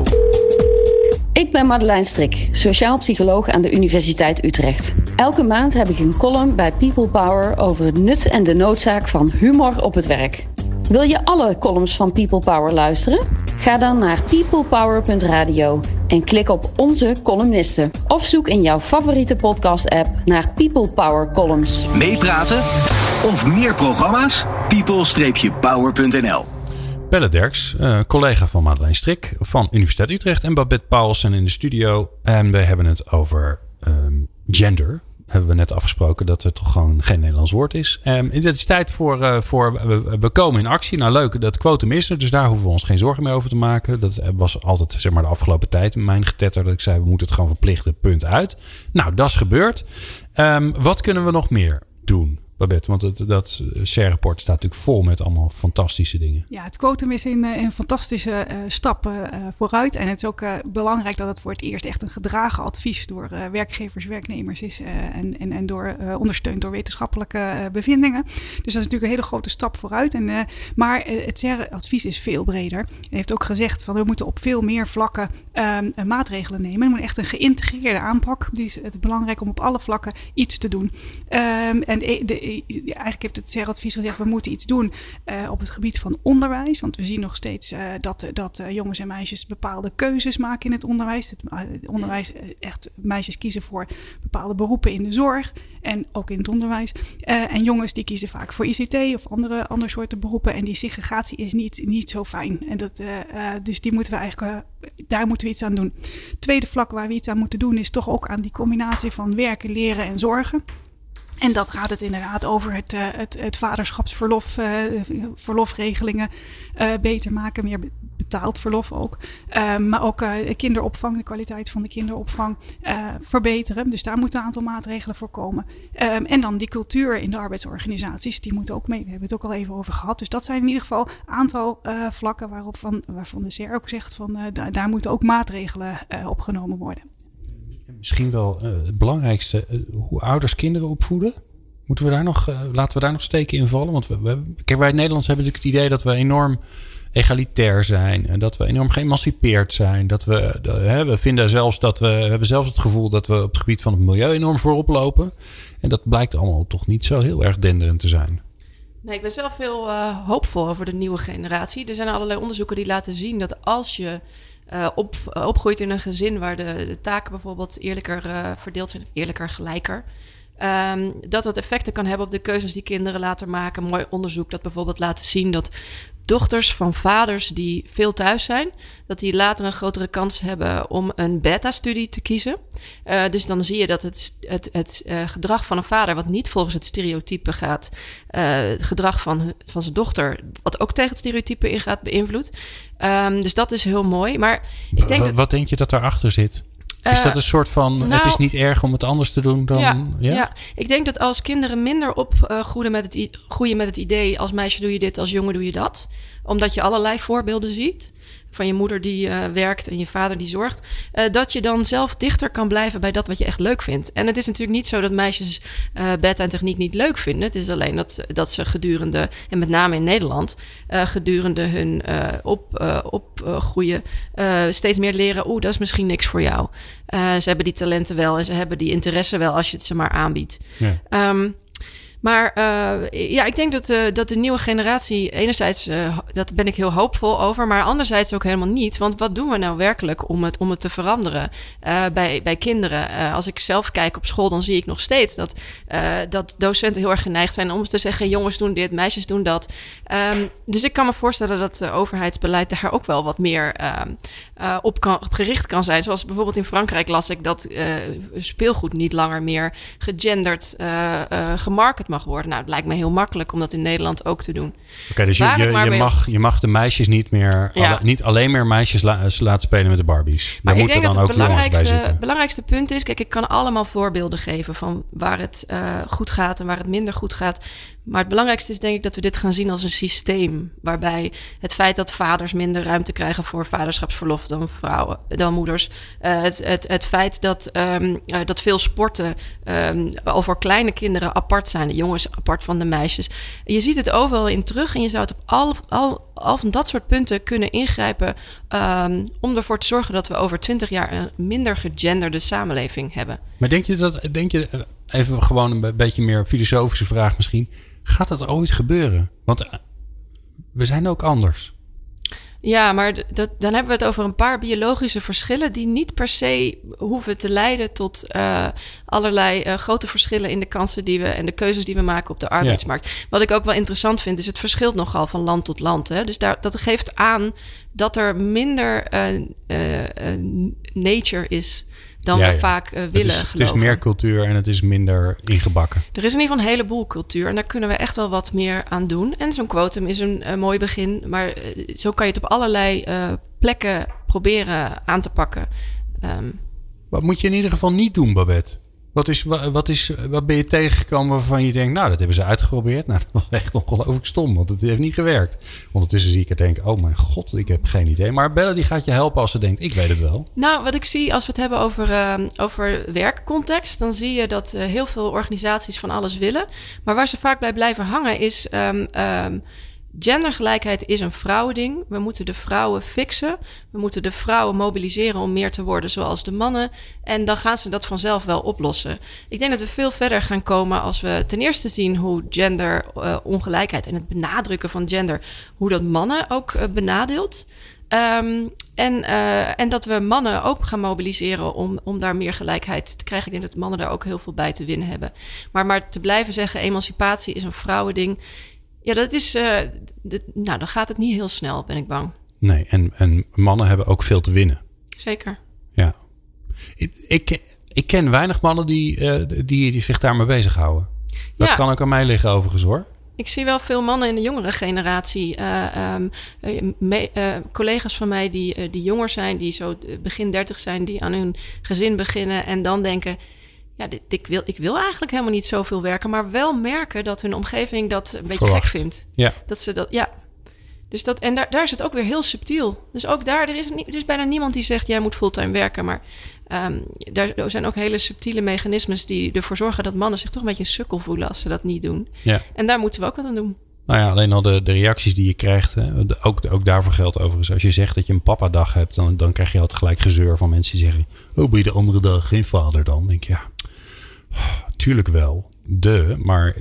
Ik ben Madeleine Strik, sociaal psycholoog aan de Universiteit Utrecht. Elke maand heb ik een column bij People Power over het nut en de noodzaak van humor op het werk. Wil je alle columns van People Power luisteren? Ga dan naar peoplepower.radio en klik op onze columnisten. Of zoek in jouw favoriete podcast-app naar People Power columns. Meepraten of meer programma's? people-power.nl. Belle Derks, collega van Madeleine Strik van Universiteit Utrecht en Babette Paulsen in de studio. En we hebben het over gender. Hebben we net afgesproken dat er toch gewoon geen Nederlands woord is. Het is tijd voor we komen in actie. Nou leuk, dat quotum is er, dus daar hoeven we ons geen zorgen meer over te maken. Dat was altijd de afgelopen tijd mijn getetter dat ik zei we moeten het gewoon verplichten, punt uit. Nou, dat is gebeurd. Wat kunnen we nog meer doen? Babette, want dat CER-rapport staat natuurlijk vol met allemaal fantastische dingen. Ja, het quotum is een fantastische stap vooruit. En het is ook belangrijk dat het voor het eerst echt een gedragen advies door werkgevers, werknemers is. En ondersteund door wetenschappelijke bevindingen. Dus dat is natuurlijk een hele grote stap vooruit. Maar het CER-advies is veel breder. Hij heeft ook gezegd van we moeten op veel meer vlakken maatregelen nemen. Er moet echt een geïntegreerde aanpak. Het is belangrijk om op alle vlakken iets te doen. Eigenlijk heeft het CER-advies gezegd we moeten iets doen op het gebied van onderwijs. Want we zien nog steeds dat jongens en meisjes bepaalde keuzes maken in het onderwijs. Het onderwijs echt meisjes kiezen voor bepaalde beroepen in de zorg en ook in het onderwijs. En jongens die kiezen vaak voor ICT of andere soorten beroepen. En die segregatie is niet zo fijn. En dus die moeten we eigenlijk, daar moeten we iets aan doen. Tweede vlak waar we iets aan moeten doen is toch ook aan die combinatie van werken, leren en zorgen. En dat gaat het inderdaad over het vaderschapsverlof, verlofregelingen beter maken, meer betaald verlof ook. Maar ook kinderopvang, de kwaliteit van de kinderopvang verbeteren. Dus daar moeten een aantal maatregelen voor komen. En dan die cultuur in de arbeidsorganisaties, die moet ook mee. We hebben het ook al even over gehad. Dus dat zijn in ieder geval een aantal vlakken waarvan de CR ook zegt van daar moeten ook maatregelen opgenomen worden. Misschien wel het belangrijkste, hoe ouders kinderen opvoeden. Laten we daar nog steken in vallen? Want kijk, wij in Nederland hebben natuurlijk het idee dat we enorm egalitair zijn. En dat we enorm geëmancipeerd zijn. Dat we vinden zelfs we hebben zelfs het gevoel dat we op het gebied van het milieu enorm voorop lopen. En dat blijkt allemaal toch niet zo heel erg denderend te zijn. Nee, ik ben zelf heel hoopvol over de nieuwe generatie. Er zijn allerlei onderzoeken die laten zien dat als je opgroeit in een gezin waar de taken bijvoorbeeld eerlijker verdeeld zijn, of eerlijker, gelijker. Dat effecten kan hebben op de keuzes die kinderen later maken. Mooi onderzoek dat bijvoorbeeld laat zien dat dochters van vaders die veel thuis zijn, dat die later een grotere kans hebben om een beta-studie te kiezen. Dus dan zie je dat het gedrag van een vader, wat niet volgens het stereotype gaat, het gedrag van zijn dochter, wat ook tegen het stereotype ingaat, beïnvloedt. Dus dat is heel mooi. Maar ik denk wat denk je dat daarachter zit? Is dat een soort van, het is niet erg om het anders te doen dan... Ja, ik denk dat als kinderen minder opgroeien met het idee, als meisje doe je dit, als jongen doe je dat. Omdat je allerlei voorbeelden ziet van je moeder die werkt en je vader die zorgt. Dat je dan zelf dichter kan blijven bij dat wat je echt leuk vindt. En het is natuurlijk niet zo dat meisjes beta en techniek niet leuk vinden. Het is alleen dat ze gedurende, en met name in Nederland, gedurende hun opgroeien steeds meer leren, dat is misschien niks voor jou. Ze hebben die talenten wel en ze hebben die interesse wel als je het ze maar aanbiedt. Ja. Maar ik denk dat de nieuwe generatie, enerzijds, dat ben ik heel hoopvol over, maar anderzijds ook helemaal niet. Want wat doen we nou werkelijk om het te veranderen bij kinderen? Als ik zelf kijk op school, dan zie ik nog steeds dat docenten heel erg geneigd zijn om te zeggen, jongens doen dit, meisjes doen dat. Dus ik kan me voorstellen dat overheidsbeleid daar ook wel wat meer op gericht kan zijn. Zoals bijvoorbeeld in Frankrijk las ik dat speelgoed niet langer meer gegenderd gemarket mag worden. Nou, het lijkt me heel makkelijk om dat in Nederland ook te doen. Oké, dus je mag de meisjes niet meer, niet alleen meer meisjes laten spelen met de Barbies. Maar daar moeten dan ook jongens bij zitten. Het belangrijkste punt is, kijk, ik kan allemaal voorbeelden geven van waar het goed gaat en waar het minder goed gaat. Maar het belangrijkste is denk ik dat we dit gaan zien als een systeem. Waarbij het feit dat vaders minder ruimte krijgen voor vaderschapsverlof dan moeders. Het feit dat veel sporten al voor kleine kinderen apart zijn. De jongens apart van de meisjes. Je ziet het overal in terug. En je zou het op al van dat soort punten kunnen ingrijpen. Om ervoor te zorgen dat we over 20 jaar een minder gegenderde samenleving hebben. Maar denk je even gewoon een beetje meer filosofische vraag misschien. Gaat dat ooit gebeuren? Want we zijn ook anders. Ja, maar dan hebben we het over een paar biologische verschillen die niet per se hoeven te leiden tot allerlei grote verschillen in de kansen en de keuzes die we maken op de arbeidsmarkt. Ja. Wat ik ook wel interessant vind, is het verschilt nogal van land tot land. Hè? Dus dat geeft aan dat er minder nature is dan we vaak willen geloven. Het is meer cultuur en het is minder ingebakken. Er is in ieder geval een heleboel cultuur en daar kunnen we echt wel wat meer aan doen. En zo'n quotum is een mooi begin, maar zo kan je het op allerlei plekken proberen aan te pakken. Wat moet je in ieder geval niet doen, Babette? Wat ben je tegengekomen waarvan je denkt, nou, dat hebben ze uitgeprobeerd. Nou, dat was echt ongelooflijk stom, want het heeft niet gewerkt. Ondertussen zie ik er denken, oh mijn god, ik heb geen idee. Maar Belle die gaat je helpen als ze denkt, ik weet het wel. Nou, wat ik zie als we het hebben over werkcontext, dan zie je dat heel veel organisaties van alles willen. Maar waar ze vaak bij blijven hangen is gendergelijkheid is een vrouwending. We moeten de vrouwen fixen. We moeten de vrouwen mobiliseren om meer te worden zoals de mannen. En dan gaan ze dat vanzelf wel oplossen. Ik denk dat we veel verder gaan komen als we ten eerste zien hoe genderongelijkheid en het benadrukken van gender, hoe dat mannen ook benadeelt. En dat we mannen ook gaan mobiliseren om daar meer gelijkheid te krijgen. Ik denk dat mannen daar ook heel veel bij te winnen hebben. Maar te blijven zeggen, emancipatie is een vrouwending. Ja, dat is. Dan gaat het niet heel snel, ben ik bang. Nee, en mannen hebben ook veel te winnen. Zeker. Ja. Ik ken weinig mannen die zich daarmee bezighouden. Dat kan ook aan mij liggen overigens hoor. Ik zie wel veel mannen in de jongere generatie. Collega's van mij die jonger zijn, die zo begin 30 zijn, die aan hun gezin beginnen en dan denken, ja, ik wil eigenlijk helemaal niet zoveel werken, maar wel merken dat hun omgeving dat een beetje gek vindt. Ja. Dat ze dat, ja. Dus dat, en daar is het ook weer heel subtiel. Dus ook daar, er is bijna niemand die zegt, jij moet fulltime werken. Maar daar zijn ook hele subtiele mechanismes die ervoor zorgen dat mannen zich toch een beetje een sukkel voelen als ze dat niet doen. Ja. En daar moeten we ook wat aan doen. Nou ja, alleen al de reacties die je krijgt. Hè, ook daarvoor geldt overigens. Als je zegt dat je een papadag hebt, dan krijg je altijd gelijk gezeur van mensen die zeggen, oh, ben je de andere dag geen vader dan? Dan denk je, ja, tuurlijk wel. Maar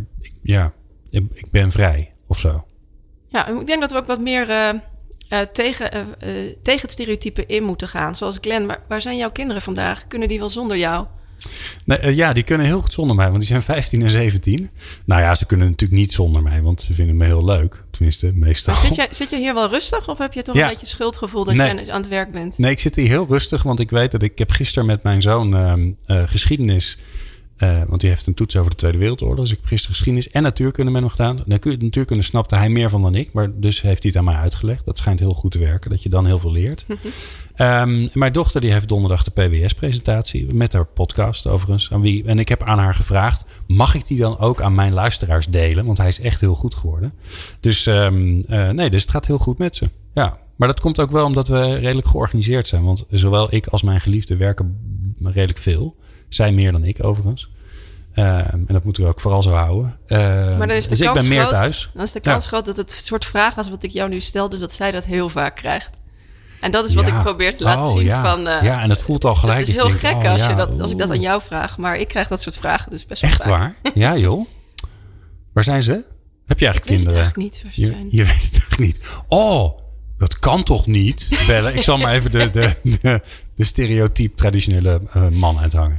ik ben vrij of zo. Ja, ik denk dat we ook wat meer tegen het stereotype in moeten gaan. Zoals Glenn, waar zijn jouw kinderen vandaag? Kunnen die wel zonder jou? Nee, die kunnen heel goed zonder mij, want die zijn 15 en 17. Nou ja, ze kunnen natuurlijk niet zonder mij, want ze vinden me heel leuk. Tenminste, meestal. Maar zit je hier wel rustig of heb je toch een beetje schuldgevoel dat je aan het werk bent? Nee, ik zit hier heel rustig, want ik weet dat ik heb gisteren met mijn zoon geschiedenis. Want die heeft een toets over de Tweede Wereldoorlog. Dus ik heb gisteren geschiedenis en natuurkunde met hem gedaan. Natuurkunde snapte hij meer van dan ik. Maar dus heeft hij het aan mij uitgelegd. Dat schijnt heel goed te werken. Dat je dan heel veel leert. Mijn dochter die heeft donderdag de PBS-presentatie. Met haar podcast overigens. En ik heb aan haar gevraagd. Mag ik die dan ook aan mijn luisteraars delen? Want hij is echt heel goed geworden. Dus, dus het gaat heel goed met ze. Ja. Maar dat komt ook wel omdat we redelijk georganiseerd zijn. Want zowel ik als mijn geliefde werken redelijk veel. Zij meer dan ik overigens. En dat moeten we ook vooral zo houden. Maar dan is de dus kans ik ben meer groot, thuis. Dan is de kans groot dat het soort vraag als wat ik jou nu stelde, dat zij dat heel vaak krijgt. En dat is wat ik probeer te laten zien. Ja, en het voelt al gelijk. Het is heel gek als ik dat aan jou vraag. Maar ik krijg dat soort vragen dus best wel echt vaak. Waar? Ja joh. Waar zijn ze? Heb je eigenlijk kinderen? Ik weet het eigenlijk niet. Je weet het eigenlijk niet. Oh, dat kan toch niet? Bellen. Ik zal maar even de stereotype traditionele man uithangen.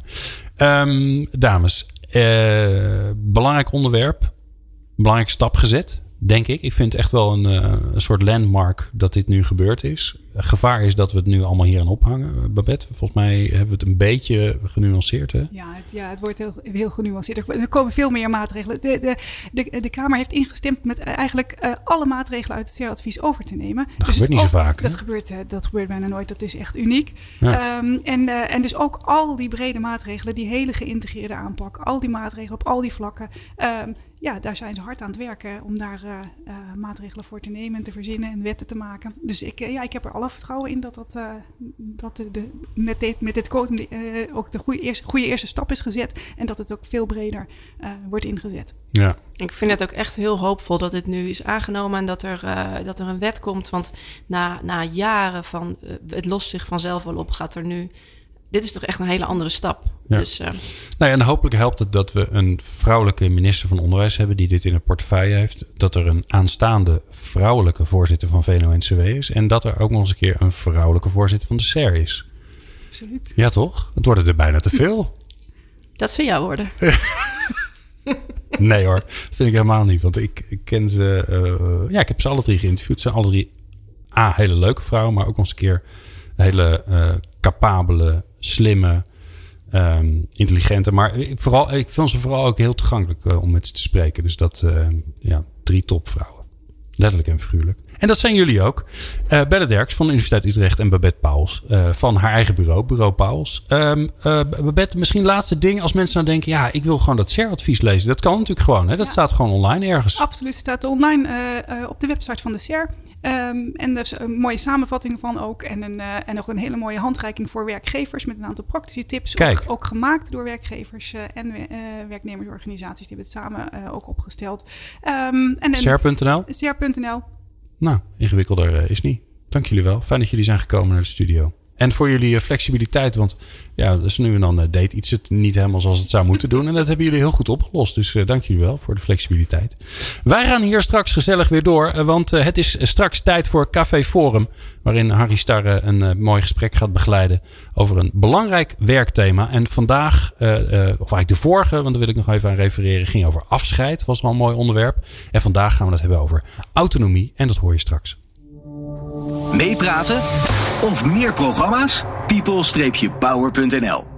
Dames, belangrijk onderwerp. Belangrijk stap gezet, denk ik. Ik vind het echt wel een soort landmark dat dit nu gebeurd is. Gevaar is dat we het nu allemaal hier aan ophangen. Babette, volgens mij hebben we het een beetje genuanceerd. Hè? Ja, het wordt heel genuanceerd. Er komen veel meer maatregelen. De Kamer heeft ingestemd met eigenlijk alle maatregelen uit het CER-advies over te nemen. Dat gebeurt niet zo vaak. Dat gebeurt bijna nooit. Dat is echt uniek. Ja. En dus ook al die brede maatregelen, die hele geïntegreerde aanpak, al die maatregelen op al die vlakken. Daar zijn ze hard aan het werken om daar maatregelen voor te nemen en te verzinnen en wetten te maken. Dus ik heb er alle vertrouwen in dat met dit code ook de goede eerste stap is gezet en dat het ook veel breder wordt ingezet. Ja. Ik vind het ook echt heel hoopvol dat dit nu is aangenomen en dat er een wet komt. Want na jaren van het lost zich vanzelf wel op, gaat er nu. Dit is toch echt een hele andere stap. Ja. Dus, en hopelijk helpt het dat we een vrouwelijke minister van Onderwijs hebben die dit in een portefeuille heeft. Dat er een aanstaande vrouwelijke voorzitter van VNO-NCW is. En dat er ook nog eens een keer een vrouwelijke voorzitter van de SER is. Absoluut. Ja, toch? Het worden er bijna te veel. Dat zijn jouw woorden. Nee hoor, dat vind ik helemaal niet. Want ik ken ze. Ik heb ze alle drie geïnterviewd. Ze zijn alle drie hele leuke vrouwen, maar ook nog eens een keer hele capabele, slimme, intelligente. Maar ik vond ze vooral ook heel toegankelijk om met ze te spreken. Dus dat, 3 topvrouwen. Letterlijk en figuurlijk. En dat zijn jullie ook. Belle Derks van de Universiteit Utrecht en Babette Pauwels van haar eigen bureau Pauwels. Babette, misschien laatste ding als mensen nou denken, ik wil gewoon dat SER-advies lezen. Dat kan natuurlijk gewoon, hè? Dat staat gewoon online ergens. Absoluut, staat online op de website van de SER. En er is een mooie samenvatting van ook. En nog een hele mooie handreiking voor werkgevers met een aantal praktische tips. Ook gemaakt door werkgevers en werknemersorganisaties. Die hebben het samen ook opgesteld. SER.nl? SER.nl. Nou, ingewikkelder is niet. Dank jullie wel. Fijn dat jullie zijn gekomen naar de studio. En voor jullie flexibiliteit. Want dus nu en dan deed iets het niet helemaal zoals het zou moeten doen. En dat hebben jullie heel goed opgelost. Dus dank jullie wel voor de flexibiliteit. Wij gaan hier straks gezellig weer door. Want het is straks tijd voor Café Forum. Waarin Harry Starre een mooi gesprek gaat begeleiden. Over een belangrijk werkthema. En vandaag, of eigenlijk de vorige, want daar wil ik nog even aan refereren. Ging over afscheid. Was wel een mooi onderwerp. En vandaag gaan we het hebben over autonomie. En dat hoor je straks. Meepraten of meer programma's? people-power.nl